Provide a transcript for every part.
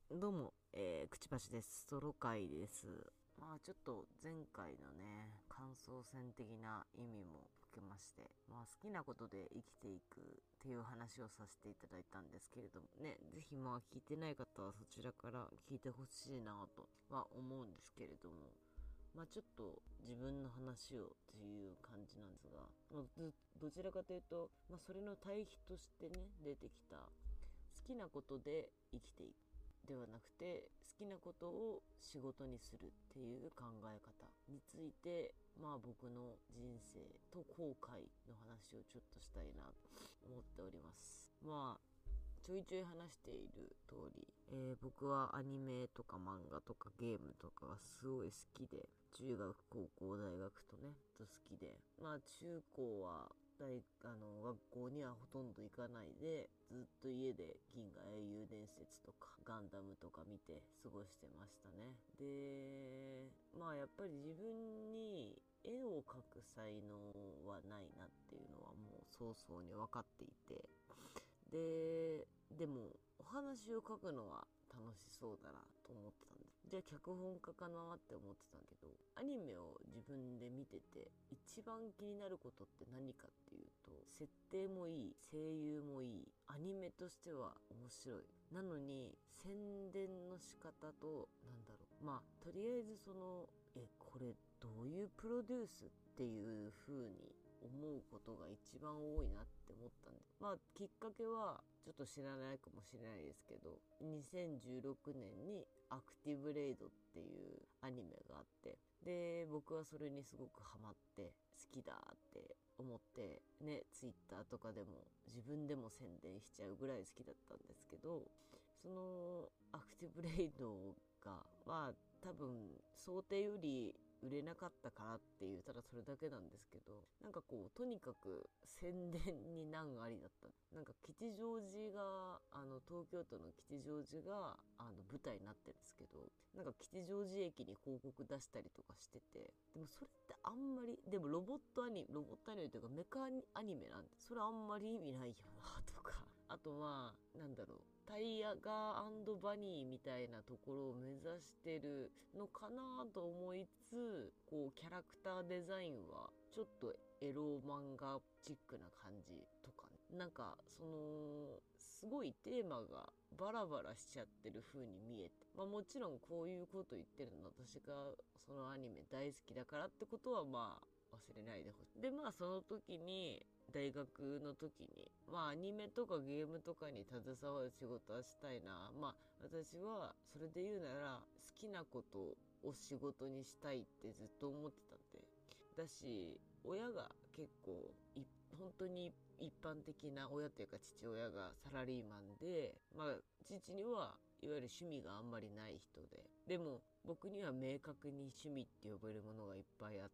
どうも、くちばしです。ソロ回です。ちょっと前回のね、感想戦的な意味も含けまして、好きなことで生きていくっていう話をさせていただいたんですけれどもね、ぜひ聞いてない方はそちらから聞いてほしいなとは思うんですけれども、ちょっと自分の話をっていう感じなんですが、どちらかというと、それの対比としてね、出てきた好きなことで生きていくではなくて、好きなことを仕事にするっていう考え方について、僕の人生と後悔の話をちょっとしたいなと思っております。ちょいちょい話している通り、僕はアニメとか漫画とかゲームとかがすごい好きで、中学、高校、大学とね、と好きで、中高は学校にはほとんど行かないで、ずっと家で銀河英雄伝説とかガンダムとか見て過ごしてましたね。で、やっぱり自分に絵を描く才能はないなっていうのはもう早々に分かっていて、でもお話を書くのは楽しそうだなと思ってたんです。じゃあ脚本家かなって思ってたんだけど、アニメを自分で見てて一番気になることって何かっていうと、設定もいい、声優もいい、アニメとしては面白い。なのに宣伝の仕方と、とりあえずこれどういうプロデュースっていう風に思うことが一番多いなって思ったんで、きっかけはちょっと知らないかもしれないですけど、2016年にアクティブレイドっていうアニメがあって、で僕はそれにすごくハマって好きだって思ってね、ツイッターとかでも自分でも宣伝しちゃうぐらい好きだったんですけど、そのアクティブレイドが多分想定より売れなかったからっていうただそれだけなんですけど、とにかく宣伝に難ありだった。吉祥寺が東京都の吉祥寺が舞台になってるんですけど、吉祥寺駅に広告出したりとかしてて、でもそれってあんまり、でもロボットアニメというかメカアニメなんてそれあんまり意味ないよなとか、あとタイヤガーバニーみたいなところを目指してるのかなと思いつつ、キャラクターデザインはちょっとエロ漫画チックな感じとかね、すごいテーマがバラバラしちゃってる風に見えて、もちろんこういうこと言ってるのは私がそのアニメ大好きだからってことは忘れないでほしい。でその時に大学の時にアニメとかゲームとかに携わる仕事はしたいな。私はそれで言うなら好きなことを仕事にしたいってずっと思ってたんで、だし親が結構本当に一般的な親というか父親がサラリーマンで、父にはいわゆる趣味があんまりない人で、でも僕には明確に趣味って呼べるものがいっぱいあって、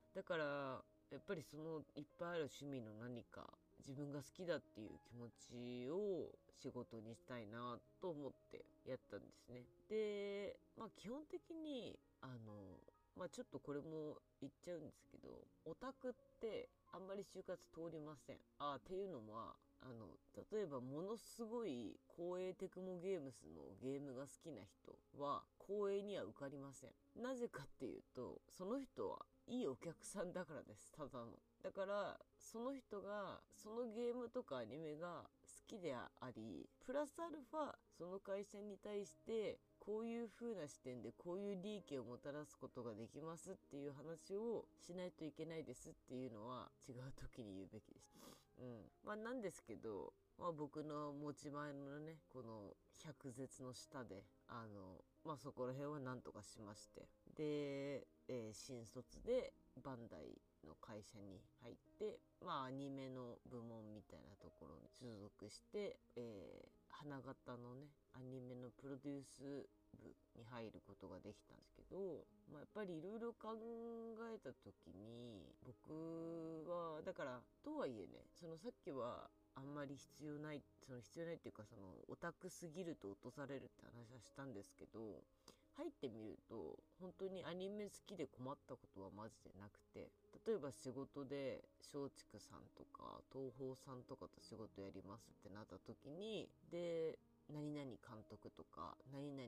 だからやっぱりそのいっぱいある趣味の何か自分が好きだっていう気持ちを仕事にしたいなと思ってやったんですね。で、基本的にちょっとこれも言っちゃうんですけど、オタクってあんまり就活通りません。っていうのは例えばものすごい光栄テクモゲームスのゲームが好きな人は光栄には受かりません。なぜかっていうと、その人はいいお客さんだからです。ただの。だからその人がそのゲームとかアニメが好きであり、プラスアルファその会社に対してこういう風な視点でこういう利益をもたらすことができますっていう話をしないといけないですっていうのは違う時に言うべきです。なんですけど、僕の持ち前のね、この百舌の下でそこら辺は何とかしまして、で、新卒でバンダイの会社に入って、アニメの部門みたいなところに所属して、花形のねアニメのプロデュース部に入ることができたんですけど、やっぱりいろいろ考えた時に、僕はだからとはいえね、さっきはあんまり必要ないっていうか、オタクすぎると落とされるって話はしたんですけど、入ってみると本当にアニメ好きで困ったことはマジでなくて、例えば仕事で松竹さんとか東宝さんとかと仕事やりますってなった時に、で何々監督とか何々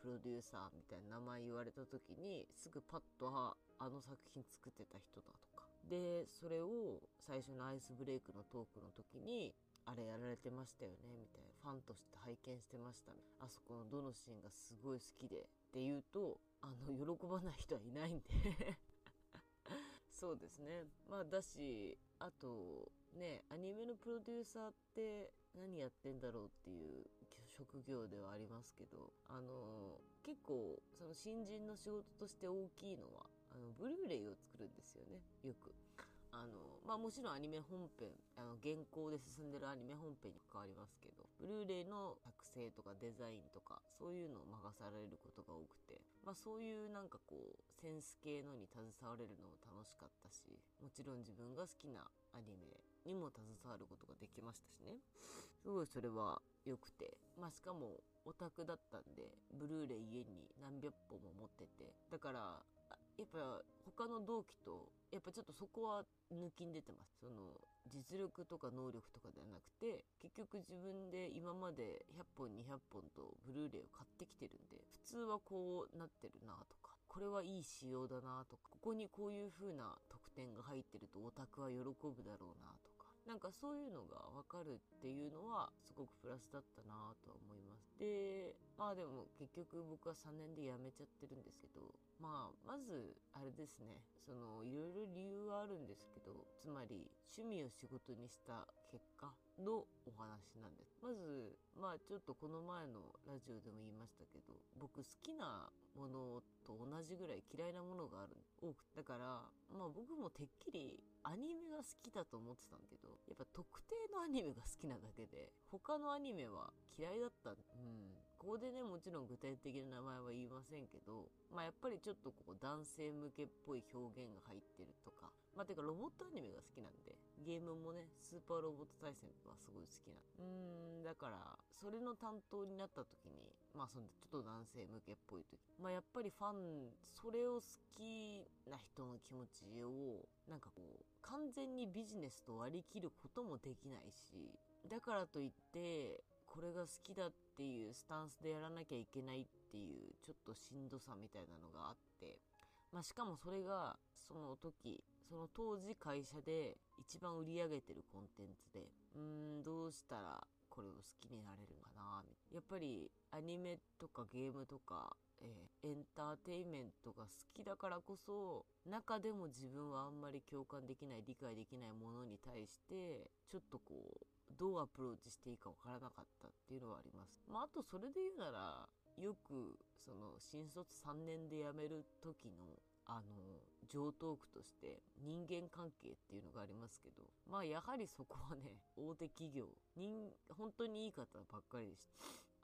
プロデューサーみたいな名前言われた時にすぐパッとあの作品作ってた人だとかで、それを最初のアイスブレイクのトークの時にあれやられてましたよねみたいな、ファンとして拝見してました、あそこのどのシーンがすごい好きでって言うと喜ばない人はいないんでそうですね。まあだし、あとね、アニメのプロデューサーって何やってんだろうっていう職業ではありますけど、結構その新人の仕事として大きいのはブルーレイを作るんですよね、よく。まあもちろんアニメ本編、現行で進んでるアニメ本編に関わりますけど、ブルーレイの作成とかデザインとか、そういうのを任されることが多くて、まあそういうなんかこう、センス系のに携われるのも楽しかったし、もちろん自分が好きなアニメにも携わることができましたしね。すごいそれは良くて、まあしかもオタクだったんで、ブルーレイ家に何百本も持ってて、だからやっぱ他の同期とやっぱちょっとそこは抜きん出てます。その実力とか能力とかではなくて、結局自分で今まで100本200本とブルーレイを買ってきてるんで、普通はこうなってるなとか、これはいい仕様だなとか、ここにこういう風な特典が入ってるとオタクは喜ぶだろうなとか、なんかそういうのがわかるっていうのはすごくプラスだったなとは思います。で、まあでも結局僕は3年で辞めちゃってるんですけど、まあまずあれですね、いろいろ理由はあるんですけど、つまり趣味を仕事にした結果のお話なんです。まず、まあちょっとこの前のラジオでも言いましたけど、僕好きなものと同じぐらい嫌いなものが多く、だから、まあ僕もてっきりアニメが好きだと思ってたんだけど、やっぱ特定のアニメが好きなだけで、他のアニメは嫌いだった。ここでね、もちろん具体的な名前は言いませんけど、まあやっぱりちょっとこう男性向けっぽい表現が入ってるとか、まあてかロボットアニメが好きなんで、ゲームもね、スーパーロボット対戦はすごい好きな。だから、それの担当になった時に、まあそのちょっと男性向けっぽい時、まあやっぱりファン、それを好きな人の気持ちを、なんかこう、完全にビジネスと割り切ることもできないし、だからといって、これが好きだっていうスタンスでやらなきゃいけないっていうちょっとしんどさみたいなのがあって、まあしかもそれがその当時会社で一番売り上げてるコンテンツで、どうしたらこれを好きになれるのかな。やっぱりアニメとかゲームとか、エンターテインメントが好きだからこそ、中でも自分はあんまり共感できない、理解できないものに対してちょっとこうどうアプローチしていいかわからなかったっていうのはあります。まああとそれで言うなら、よく新卒3年で辞める時の上等句として人間関係っていうのがありますけど、まあやはりそこはね、大手企業本当にいい方ばっかりでした。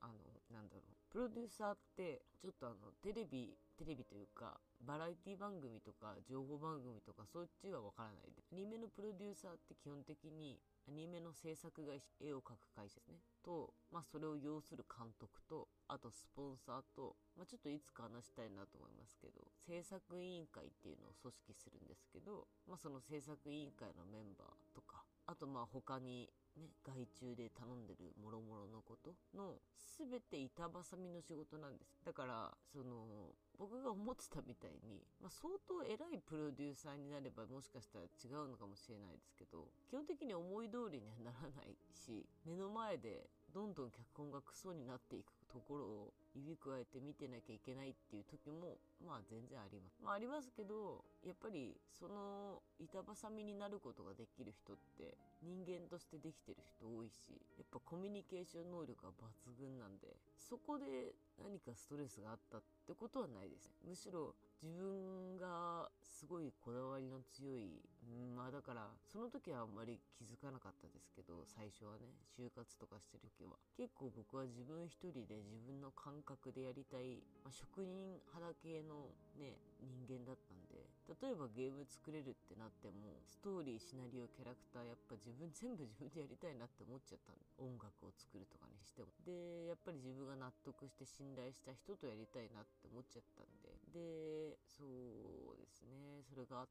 なんだろう、プロデューサーってちょっとテレビというかバラエティ番組とか情報番組とかそっちはわからないで、アニメのプロデューサーって基本的にアニメの制作会社、絵を描く会社ですねと、まあそれを要する監督と、あとスポンサーと、まあちょっといつか話したいなと思いますけど、制作委員会っていうのを組織するんですけど、まあその制作委員会のメンバーとか、あとまあ他にね、外注で頼んでる諸々のことの全て板挟みの仕事なんです。だから僕が思ってたみたいに、まあ、相当偉いプロデューサーになればもしかしたら違うのかもしれないですけど、基本的に思い通りにはならないし、目の前でどんどん脚本がクソになっていくところを指くわえて見てなきゃいけないっていう時もまあ全然あります。まあありますけど、やっぱりその板挟みになることができる人って人間としてできてる人多いし、やっぱコミュニケーション能力が抜群なんで、そこで何かストレスがあったってことはないですね。むしろ自分がすごいこだわりの強い、まあだからその時はあんまり気づかなかったですけど、最初はね、就活とかしてる時は結構僕は自分一人で自分の感覚でやりたい、まあ、職人肌系のね人間だったんで、例えばゲーム作れるってなってもストーリー、シナリオ、キャラクターやっぱ全部自分でやりたいなって思っちゃったんで、音楽を作るとかにしても、でやっぱり自分が納得して信頼した人とやりたいなって思っちゃったんで、そうですね、それがあって、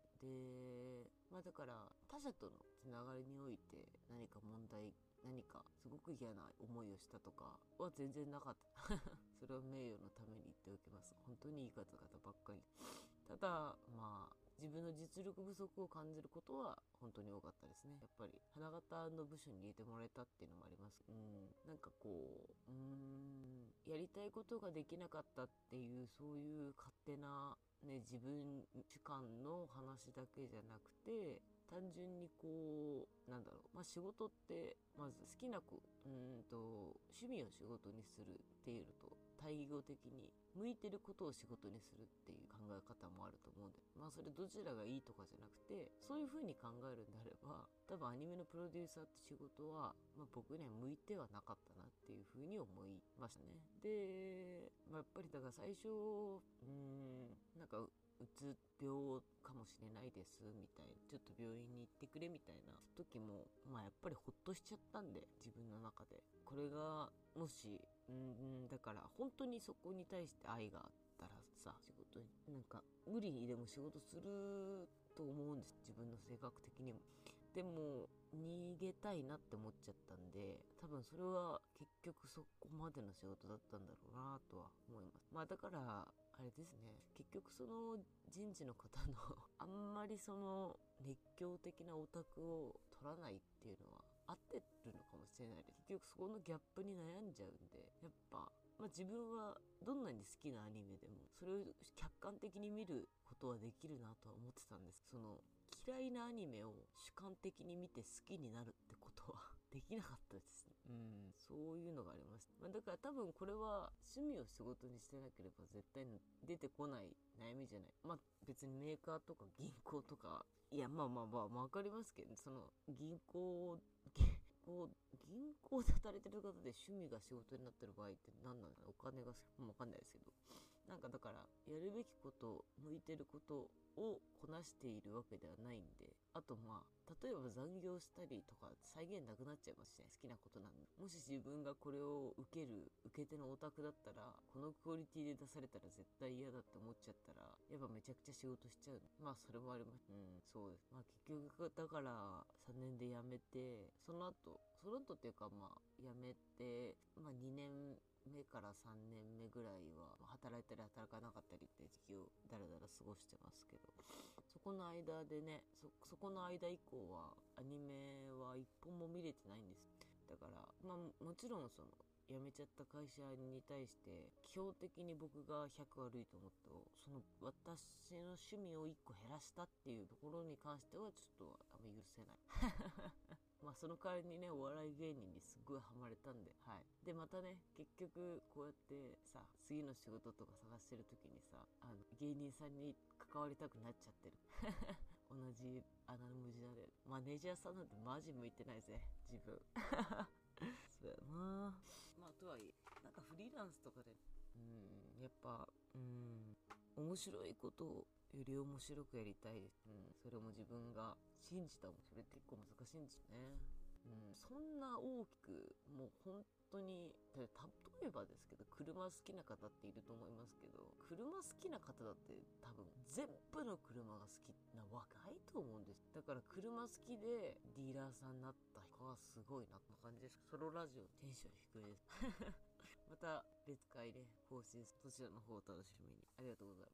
でまあだから他者とのつながりにおいて何かすごく嫌な思いをしたとかは全然なかったそれは名誉のために言っておきます。本当にいい方々ばっかり。ただまあ自分の実力不足を感じることは本当に多かったですね。やっぱり花形の部署に入れてもらえたっていうのもあります。なんかこうやりたいことができなかったっていうそういう勝手なね、自分主観の話だけじゃなくて、単純にこうなんだろう、まあ、仕事ってまず好きな趣味を仕事にするっていうのと対義語的に向いてることを仕事にするっていう考え方もあると思うんで、まあそれどちらがいいとかじゃなくて、そういう風に考えるんであれば多分アニメのプロデューサーって仕事は、まあ、僕には向いてはなかったなっていう風に思いましたね。で、まあ、やっぱりだから最初なんかうつ病かもしれないですみたいな、ちょっと病院に行ってくれみたいな時も、まあやっぱりほっとしちゃったんで、自分の中でこれがもしだから本当にそこに対して愛があったらさ、仕事になんか無理にでも仕事すると思うんです、自分の性格的にも。でも逃げたいなって思っちゃったんで、多分それは結局そこまでの仕事だったんだろうなとは思います。まあだからあれですね、結局その人事の方のあんまりその熱狂的なオタクを取らないっていうのは合ってるのかもしれないです。結局そこのギャップに悩んじゃうんで、やっぱまあ、自分はどんなに好きなアニメでもそれを客観的に見ることはできるなとは思ってたんです。その嫌いなアニメを主観的に見て好きになるってことはできなかったですね。そういうのがありました。まあ、だから多分これは趣味を仕事にしてなければ絶対出てこない悩みじゃない。まあ別にメーカーとか銀行とか、いやまあわかりますけど、その銀行で働いてる方で趣味が仕事になってる場合って何なんだろう。お金がわかんないですけど、なんかだからやるべきこと、向いてることをこなしているわけではないんで、あとまあ例えば残業したりとか再現なくなっちゃいますしね、好きなことなんで。もし自分がこれを受け手のオタクだったら、このクオリティで出されたら絶対嫌だって思っちゃったら、やっぱめちゃくちゃ仕事しちゃう。まあそれもあります。そうです。まあ結局だから3年で辞めて、その後っていうかまあ辞めて、まあ2年目から3年目ぐらいは働いたり働かなかったりって時期をだらだら過ごしてますけど、そこの間でね、そこの間以降はアニメは一本も見れてないんです。だからまあもちろんその辞めちゃった会社に対して基本的に僕が100悪いと思っても、その私の趣味を1個減らしたっていうところに関してはちょっとあんま許せないまあその代わりにね、お笑い芸人にすっごいハマれたんで、はい。でまたね、結局こうやってさ、次の仕事とか探してる時にさ、芸人さんに関わりたくなっちゃってる同じ穴の無地なで、マネージャーさんなんてマジ向いてないぜ自分そうやな。まあとはいえ、なんかフリーランスとかでやっぱ面白いことをより面白くやりたいです。それも自分が信じたもん。それ結構難しいんですね。そんな大きく、もう本当に、例えばですけど、車好きな方っていると思いますけど、車好きな方だって多分全部の車が好きな若いと思うんです。だから車好きでディーラーさんになった人はすごいなって感じです。ソロラジオテンション低いですまた別回で更新、そちらの方をお楽しみに。ありがとうございます。